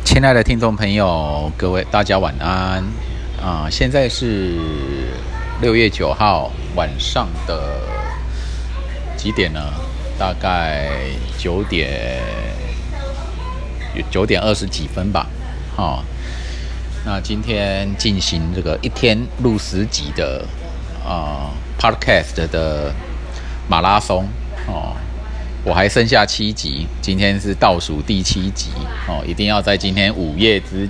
亲爱的听众朋友，各位大家晚安现在是6月9号晚上的几点呢？大概9点20几分吧。那今天进行这个一天录10集的podcast 的马拉松我还剩下7集，今天是倒数第7集一定要在今天午夜之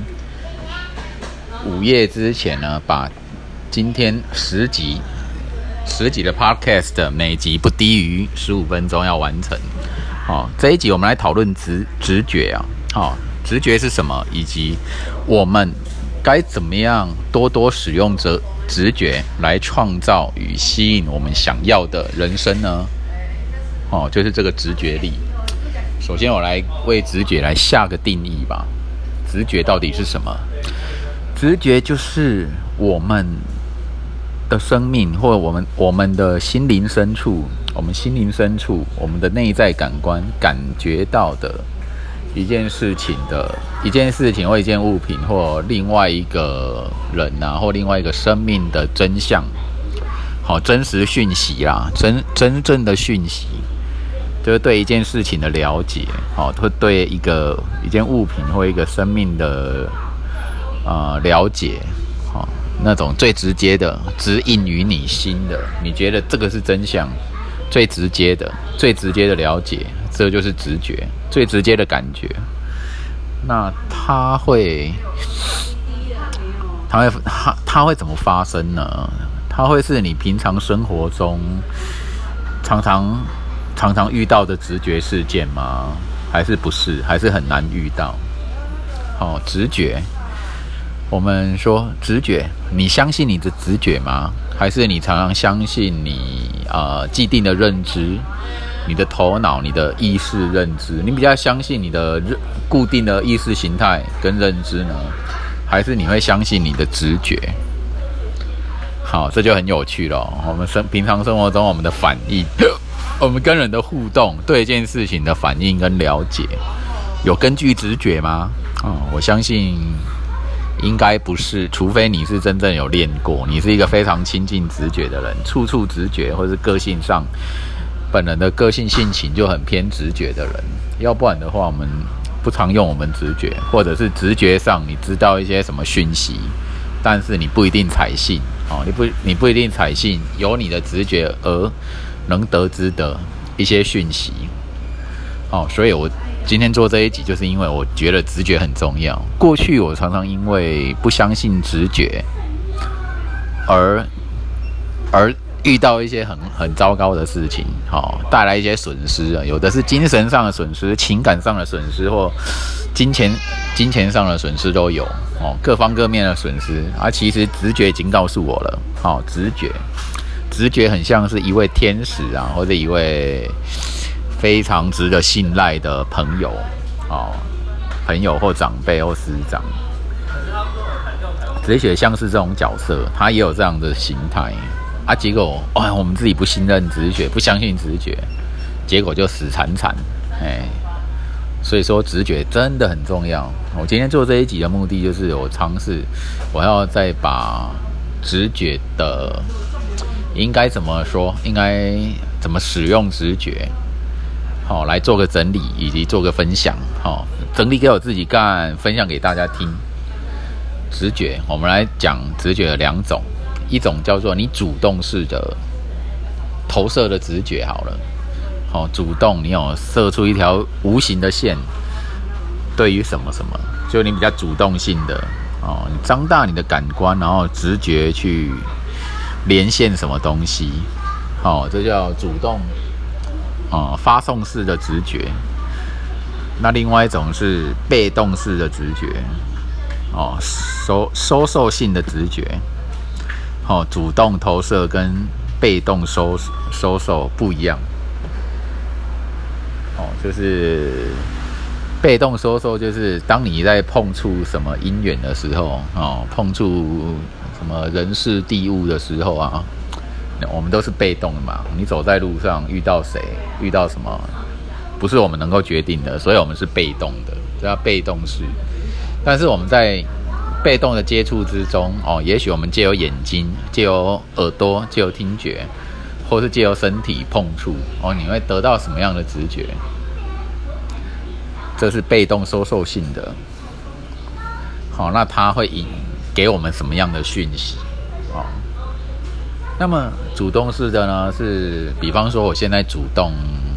前呢，把今天10集的 podcast 每集不低于15分钟要完成。这一集我们来讨论直觉直觉是什么，以及我们该怎么样多多使用直觉来创造与吸引我们想要的人生呢？就是这个直觉力。首先我来为直觉来下个定义吧。直觉到底是什么？直觉就是我们的生命，或我们的心灵深处，我们的内在感官感觉到的一件事情或一件物品，或另外一个人或另外一个生命的真相，真实讯息啦，真正的讯息，就是对一件事情的了解，会对一件物品或一个生命的了解，那种最直接的指引于你心的，你觉得这个是真相，最直接的了解，这就是直觉，最直接的感觉。那它会怎么发生呢？它会是你平常生活中常常遇到的直觉事件吗？还是不是？还是很难遇到？直觉，我们说直觉，你相信你的直觉吗？还是你常常相信你既定的认知，你的头脑，你的意识认知？你比较相信你的固定的意识形态跟认知呢？还是你会相信你的直觉？好，这就很有趣了。我们平常生活中，我们的反应，我们跟人的互动，对一件事情的反应跟了解，有根据直觉吗？我相信应该不是，除非你是真正有练过，你是一个非常亲近直觉的人，处处直觉，或是个性上本人的个性性情就很偏直觉的人，要不然的话，我们不常用我们直觉，或者是直觉上你知道一些什么讯息，但是你不一定采信，你不一定采信由你的直觉而能得知的一些讯息。所以我今天做这一集，就是因为我觉得直觉很重要。过去我常常因为不相信直觉，而遇到一些很糟糕的事情，带来一些损失，有的是精神上的损失、情感上的损失，或金钱上的损失都有，各方各面的损失。其实直觉已经告诉我了，直觉很像是一位天使或者一位非常值得信赖的朋友或长辈或师长。直觉像是这种角色，他也有这样的形态结果我们自己不信任直觉，不相信直觉，结果就死惨所以说直觉真的很重要。我今天做这一集的目的就是我要再把直觉的应该怎么说，应该怎么使用直觉来做个整理，以及做个分享整理给我自己干，分享给大家听。直觉，我们来讲直觉的2种，一种叫做你主动式的投射的直觉好了，主动你有射出一条无形的线，对于什么什么，就你比较主动性的你张大你的感官，然后直觉去连线什么东西，这叫主动发送式的直觉。那另外一种是被动式的直觉收受性的直觉。主动投射跟被动收受不一样。就是被动收受，就是当你在碰触什么因缘的时候碰触什么人事地物的时候我们都是被动的嘛。你走在路上遇到谁，遇到什么，不是我们能够决定的，所以我们是被动的。 这叫被动式。但是我们在被动的接触之中，也许我们借由眼睛、借由耳朵、借由听觉，或是借由身体碰触，你会得到什么样的直觉？这是被动收受性的。好，那它会给我们什么样的讯息？那么主动式的呢，是比方说我现在主动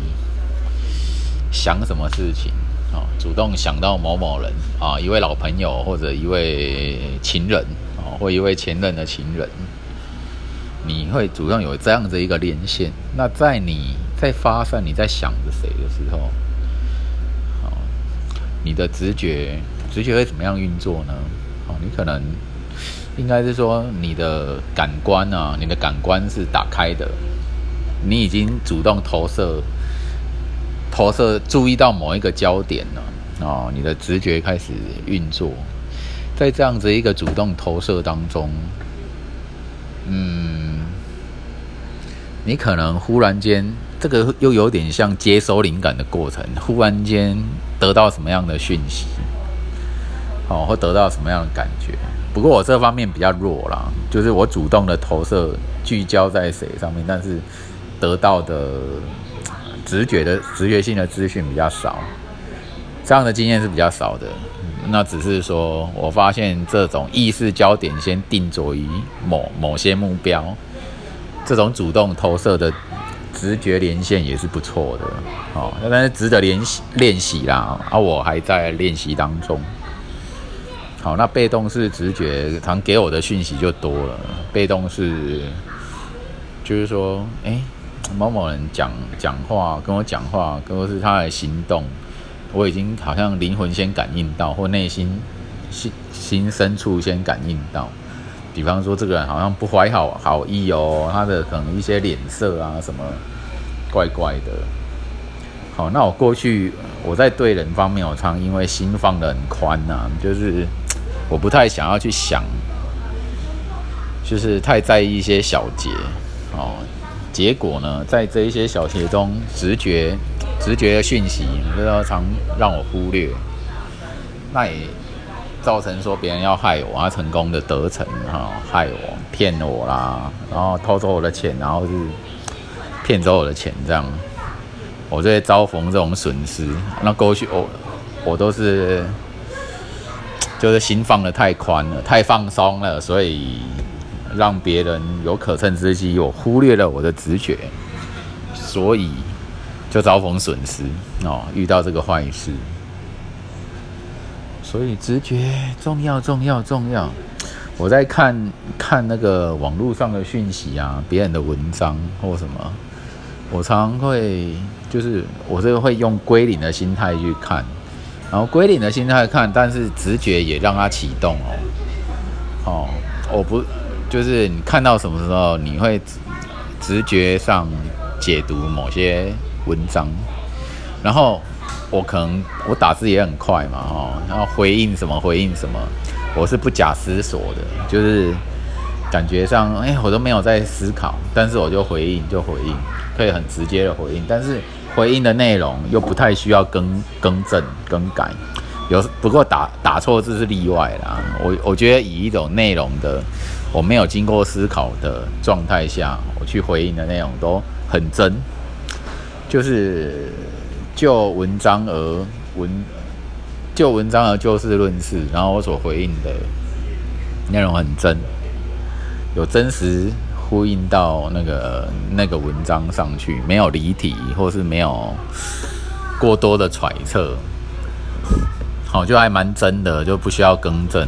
想什么事情，主动想到某某人一位老朋友或者一位情人或一位前任的情人，你会主动有这样子一个连线。那在你在发散你在想着谁的时候，你的直觉会怎么样运作呢？你可能应该是说你的感官是打开的，你已经主动投射注意到某一个焦点了，你的直觉开始运作。在这样子一个主动投射当中，你可能忽然间，这个又有点像接收灵感的过程，忽然间得到什么样的讯息，或得到什么样的感觉。不过我这方面比较弱啦，就是我主动的投射聚焦在谁上面，但是得到的直觉性的资讯比较少，这样的经验是比较少的。那只是说我发现这种意识焦点先定着于某些目标，这种主动投射的直觉连线也是不错的，但是值得练习啦，我还在练习当中。好，那被动式直觉常给我的讯息就多了。被动式就是说，某某人讲话跟我讲话，或是他的行动，我已经好像灵魂先感应到，或内心深处先感应到。比方说，这个人好像不怀好意他的可能一些脸色啊什么怪怪的。好，那我过去我在对人方面，我常因为心放得很宽就是我不太想要去想，就是太在意一些小节结果呢，在这一些小节中，直觉的讯息，常让我忽略，那也造成说别人要害我，他成功的得逞害我，骗我啦，然后偷走我的钱，然后是骗走我的钱，这样我就会遭逢这种损失。那过去我都是就是心放得太宽了，太放松了，所以让别人有可乘之机，我忽略了我的直觉，所以就遭逢损失遇到这个坏事。所以直觉重要。我在看那个网络上的讯息别人的文章或什么，我常会就是我这个会用归零的心态去看，然后归零的心态看，但是直觉也让它启动我不就是你看到什么时候，你会直觉上解读某些文章，然后我打字也很快嘛然后回应什么，我是不假思索的，就是感觉上我都没有在思考，但是我就回应，可以很直接的回应，但是回应的内容又不太需要更正更改，不过打错字是例外啦。我觉得以一种内容的我没有经过思考的状态下，我去回应的内容都很真，就是就文章而就事论事，然后我所回应的内容很真，有真实呼应到那个文章上去，没有离题，或是没有过多的揣测，就还蛮真的，就不需要更正。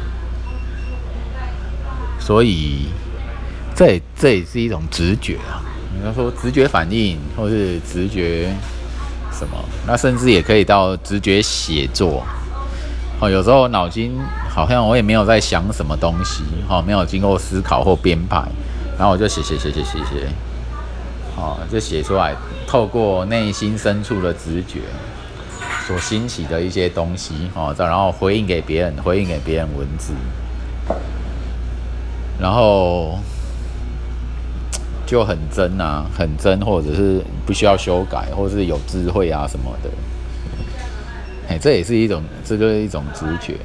所以这也是一种直觉你要说直觉反应，或是直觉什么，那甚至也可以到直觉写作。有时候脑筋好像我也没有在想什么东西，没有经过思考或编排，然后我就写，就写出来，透过内心深处的直觉所兴起的一些东西，然后回应给别人文字，然后就很真，或者是不需要修改，或是有智慧什么的。 这也是一种，这就是一种直觉。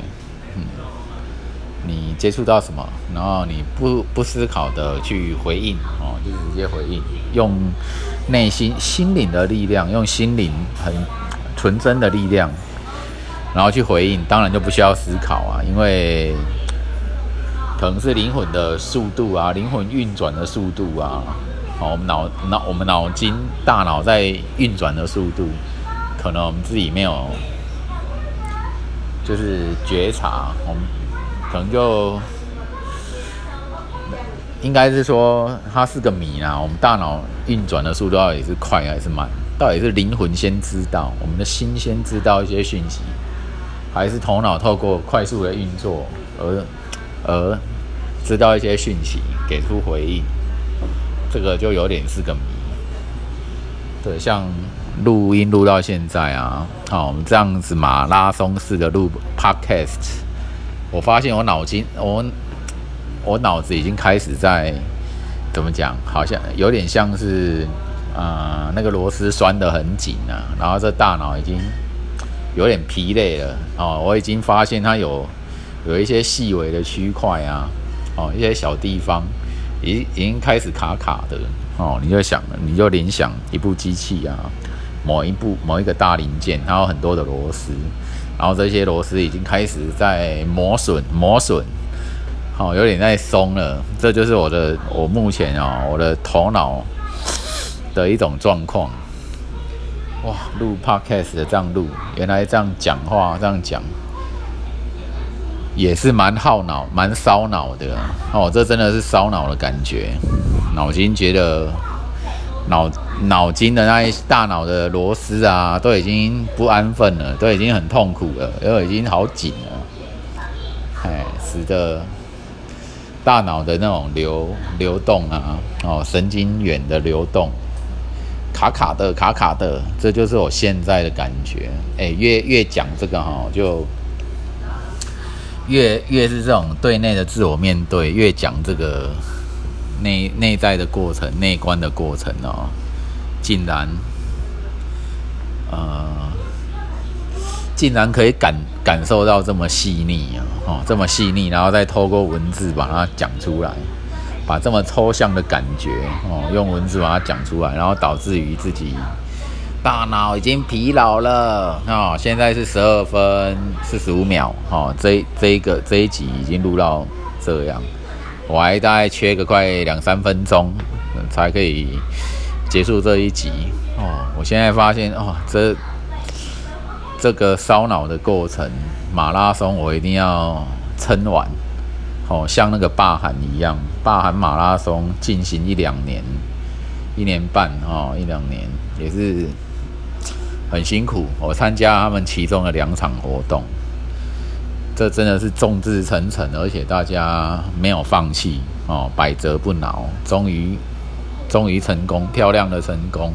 你接触到什么，然后你不思考的去回应就直接回应，用内心心灵的力量，用心灵很纯真的力量，然后去回应，当然就不需要思考啊，因为可能是灵魂的速度啊，灵魂运转的速度啊，我们脑筋大脑在运转的速度，可能我们自己没有就是觉察，我们可能就应该是说它是个谜啦。我们大脑运转的速度到底是快还是慢？到底是灵魂先知道，我们的心先知道一些讯息，还是头脑透过快速的运作而知道一些讯息，给出回应？这个就有点是个谜。对，像录音录到现在啊，我们这样子马拉松式的录 podcast。我发现我脑子已经开始在怎么讲，好像有点像是那个螺丝拴得很紧啊，然后这大脑已经有点疲累了我已经发现它有一些细微的区块啊一些小地方已经开始卡卡的你就联想一部机器啊，某一个大零件，它有很多的螺丝。然后这些螺丝已经开始在磨损，有点在松了。这就是我目前我的头脑的一种状况。哇，录 podcast 的这样录，原来这样讲话这样讲，也是蛮耗脑、蛮烧脑的这真的是烧脑的感觉，脑筋觉得脑筋的那些大脑的螺丝啊，都已经不安分了，都已经很痛苦了，都已经好紧了，使得大脑的那种流动啊，神经元的流动，卡卡的，这就是我现在的感觉。越讲这个就越是这种对内的自我面对，越讲这个内在的过程、内观的过程竟然可以感受到这么细腻这么细腻，然后再透过文字把它讲出来，把这么抽象的感觉用文字把它讲出来，然后导致于自己大脑已经疲劳了现在是12分45秒这一集已经录到这样。我还大概缺个快2-3分钟才可以结束这一集我现在发现这个烧脑的过程，马拉松我一定要撑完像那个罢韩一样，罢韩马拉松进行1-2年，1年半1-2年也是很辛苦。我参加他们其中的2场活动。这真的是众志成城，而且大家没有放弃百折不挠，终于成功，漂亮的成功。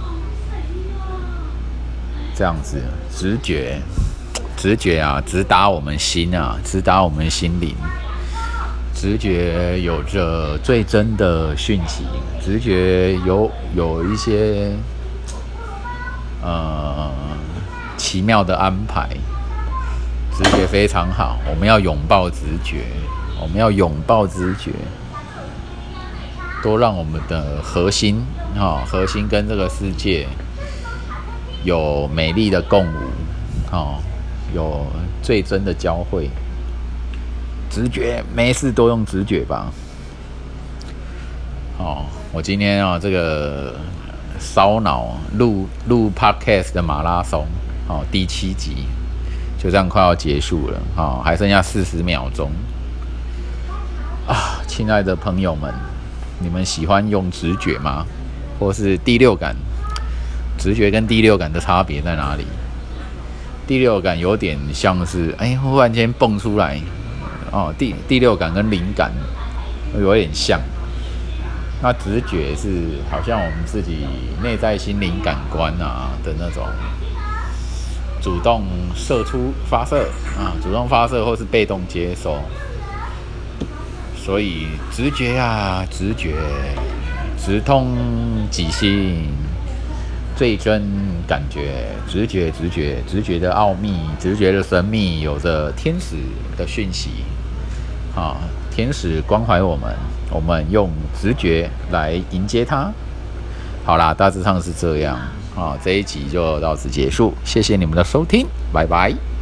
这样子，直觉啊，直达我们心啊，直达我们心灵。直觉有着最真的讯息，直觉有一些奇妙的安排。直觉非常好，我们要拥抱直觉，多让我们的核心跟这个世界有美丽的共舞有最真的交汇。直觉，没事多用直觉吧。我今天这个烧脑录 podcast 的马拉松第7集。就这样快要结束了还剩下40秒钟亲爱的朋友们，你们喜欢用直觉吗？或是第六感？直觉跟第六感的差别在哪里？第六感有点像是忽然间蹦出来第六感跟灵感有点像。那直觉是好像我们自己内在心灵感官的那种主动发射或是被动接收。所以直觉直通己心， 最真感觉，直觉的奥秘，直觉的神秘，有着天使的讯息啊，天使关怀我们，我们用直觉来迎接它。好啦，大致上是这样啊，这一集就到此结束，谢谢你们的收听，拜拜。